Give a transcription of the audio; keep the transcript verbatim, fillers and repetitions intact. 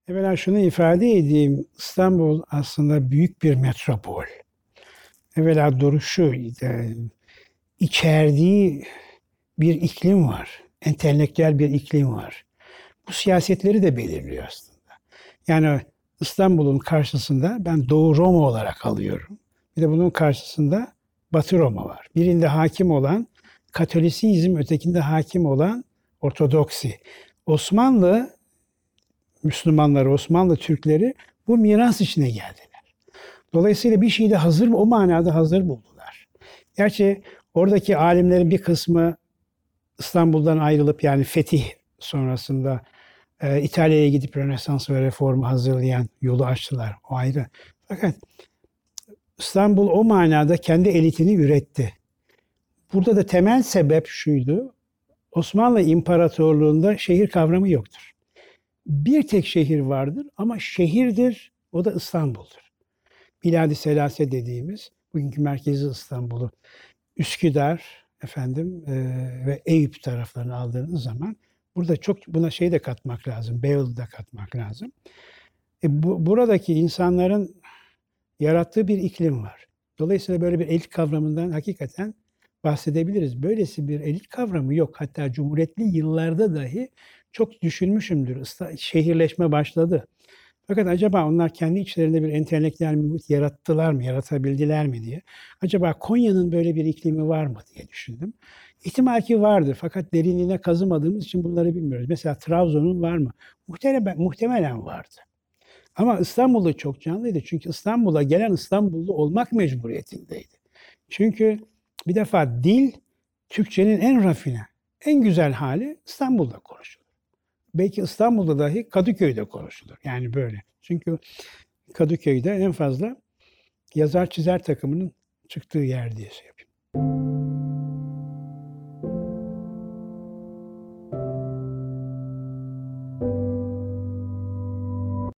Evvela şunu ifade edeyim. İstanbul aslında büyük bir metropol. Evvela duruşu, e, içerdiği bir iklim var. Entelektüel bir iklim var. Bu siyasetleri de belirliyor aslında. Yani İstanbul'un karşısında ben Doğu Roma olarak alıyorum. Bir de bunun karşısında Batı Roma var. Birinde hakim olan Katolisizm, ötekinde hakim olan Ortodoksi. Osmanlı Müslümanları, Osmanlı Türkleri bu miras içine geldiler. Dolayısıyla bir şeyi de hazır, o manada hazır buldular. Gerçi oradaki alimlerin bir kısmı İstanbul'dan ayrılıp yani fetih sonrasında e, İtalya'ya gidip Rönesans ve Reformu hazırlayan yolu açtılar. O ayrı. Fakat İstanbul o manada kendi elitini üretti. Burada da temel sebep şuydu. Osmanlı İmparatorluğu'nda şehir kavramı yoktur. Bir tek şehir vardır ama şehirdir, o da İstanbul'dur. Bilad-i Selase dediğimiz, bugünkü merkezi İstanbul'u, Üsküdar, efendim e, ve Eyüp taraflarını aldığınız zaman burada çok buna şey de katmak lazım, Beyoğlu'nu da katmak lazım. E, bu, buradaki insanların yarattığı bir iklim var. Dolayısıyla böyle bir elit kavramından hakikaten bahsedebiliriz. Böylesi bir elit kavramı yok. Hatta Cumhuriyetli yıllarda dahi çok düşünmüşümdür. Şehirleşme başladı. Fakat acaba onlar kendi içlerinde bir entelektüel muhit yarattılar mı, yaratabildiler mi diye. Acaba Konya'nın böyle bir iklimi var mı diye düşündüm. İhtimal ki vardır fakat derinliğine kazımadığımız için bunları bilmiyoruz. Mesela Trabzon'un var mı? Muhtemelen, muhtemelen vardı. Ama İstanbul'da çok canlıydı. Çünkü İstanbul'a gelen İstanbullu olmak mecburiyetindeydi. Çünkü bir defa dil Türkçenin en rafine, en güzel hali İstanbul'da konuşulur. Belki İstanbul'da dahi Kadıköy'de konuşulur. Yani böyle. Çünkü Kadıköy'de en fazla yazar çizer takımının çıktığı yer diye şey yapayım.